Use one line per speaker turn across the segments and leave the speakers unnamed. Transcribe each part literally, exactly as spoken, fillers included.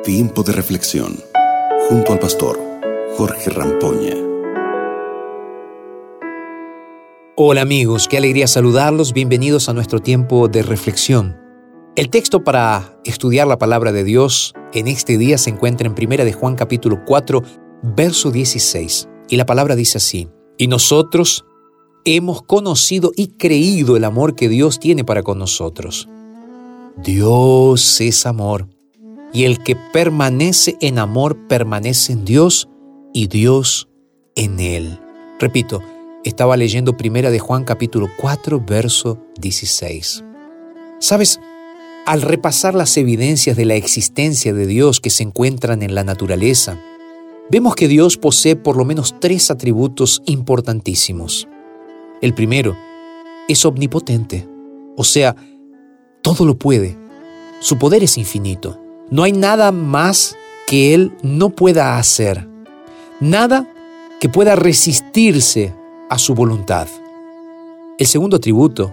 Tiempo de reflexión junto al pastor Jorge Rampoña.
Hola amigos, qué alegría saludarlos. Bienvenidos a nuestro tiempo de reflexión. El texto para estudiar la palabra de Dios en este día se encuentra en Primera de Juan capítulo cuatro, verso dieciséis. Y la palabra dice así: y nosotros hemos conocido y creído el amor que Dios tiene para con nosotros. Dios es amor, y el que permanece en amor permanece en Dios y Dios en él. Repito, estaba leyendo Primera de Juan capítulo cuatro, verso dieciséis. ¿Sabes? Al repasar las evidencias de la existencia de Dios que se encuentran en la naturaleza, vemos que Dios posee por lo menos tres atributos importantísimos. El primero es omnipotente, o sea, todo lo puede. Su poder es infinito. No hay nada más que Él no pueda hacer, nada que pueda resistirse a su voluntad. El segundo atributo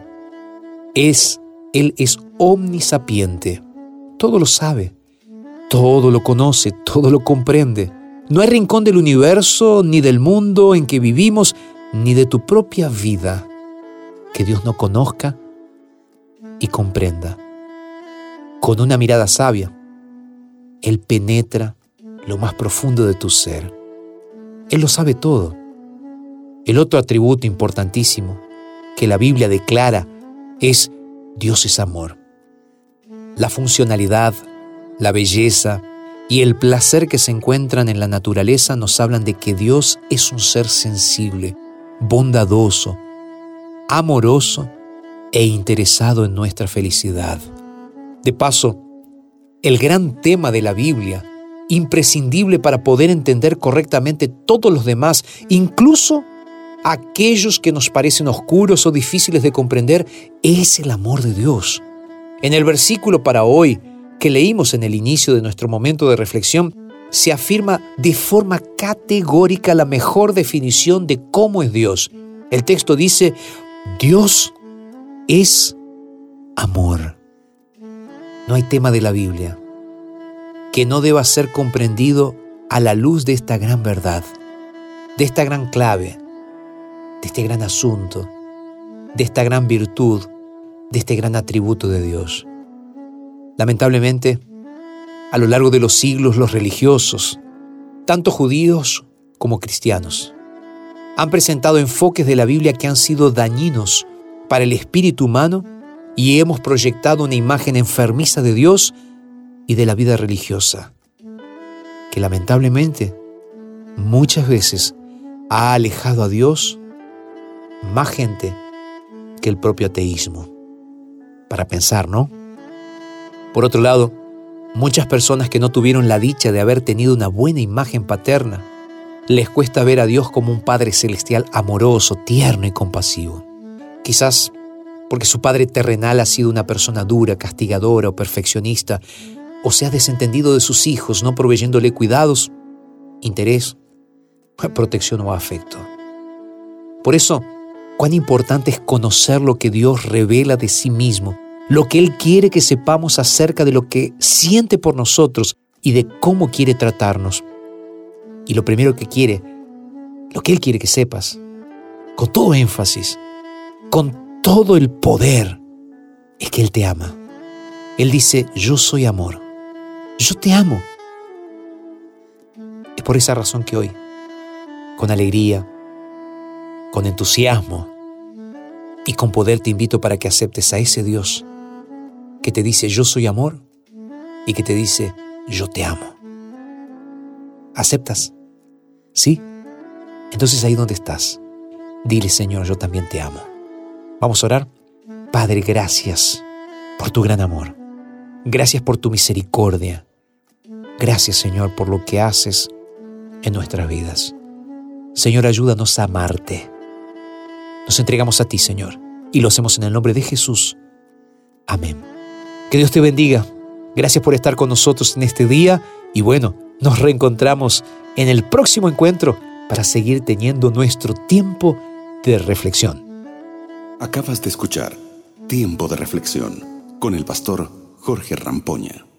es Él es omnisapiente. Todo lo sabe, todo lo conoce, todo lo comprende. No hay rincón del universo, ni del mundo en que vivimos, ni de tu propia vida que Dios no conozca y comprenda. Con una mirada sabia, Él penetra lo más profundo de tu ser. Él lo sabe todo. El otro atributo importantísimo que la Biblia declara es Dios es amor. La funcionalidad, la belleza y el placer que se encuentran en la naturaleza nos hablan de que Dios es un ser sensible, bondadoso, amoroso e interesado en nuestra felicidad. De paso, el gran tema de la Biblia, imprescindible para poder entender correctamente todos los demás, incluso aquellos que nos parecen oscuros o difíciles de comprender, es el amor de Dios. En el versículo para hoy, que leímos en el inicio de nuestro momento de reflexión, se afirma de forma categórica la mejor definición de cómo es Dios. El texto dice: Dios es amor. No hay tema de la Biblia que no deba ser comprendido a la luz de esta gran verdad, de esta gran clave, de este gran asunto, de esta gran virtud, de este gran atributo de Dios. Lamentablemente, a lo largo de los siglos, los religiosos, tanto judíos como cristianos, han presentado enfoques de la Biblia que han sido dañinos para el espíritu humano y hemos proyectado una imagen enfermiza de Dios y de la vida religiosa, que lamentablemente muchas veces ha alejado a Dios más gente que el propio ateísmo. Para pensar, ¿no? Por otro lado, muchas personas que no tuvieron la dicha de haber tenido una buena imagen paterna, les cuesta ver a Dios como un Padre celestial amoroso, tierno y compasivo. Quizás porque su padre terrenal ha sido una persona dura, castigadora o perfeccionista, o se ha desentendido de sus hijos, no proveyéndole cuidados, interés, protección o afecto. Por eso, cuán importante es conocer lo que Dios revela de sí mismo, lo que Él quiere que sepamos acerca de lo que siente por nosotros y de cómo quiere tratarnos. Y lo primero que quiere, lo que Él quiere que sepas, con todo énfasis, con todo el poder, es que Él te ama. Él dice: yo soy amor, yo te amo. Es por esa razón que hoy, con alegría, con entusiasmo y con poder, te invito para que aceptes a ese Dios que te dice: yo soy amor, y que te dice: yo te amo. ¿Aceptas? ¿Sí? Entonces ahí donde estás, dile: Señor, yo también te amo. Vamos a orar. Padre, gracias por tu gran amor. Gracias por tu misericordia. Gracias, Señor, por lo que haces en nuestras vidas. Señor, ayúdanos a amarte. Nos entregamos a ti, Señor, y lo hacemos en el nombre de Jesús. Amén. Que Dios te bendiga. Gracias por estar con nosotros en este día. Y bueno, nos reencontramos en el próximo encuentro para seguir teniendo nuestro tiempo de reflexión.
Acabas de escuchar Tiempo de Reflexión con el pastor Jorge Rampoña.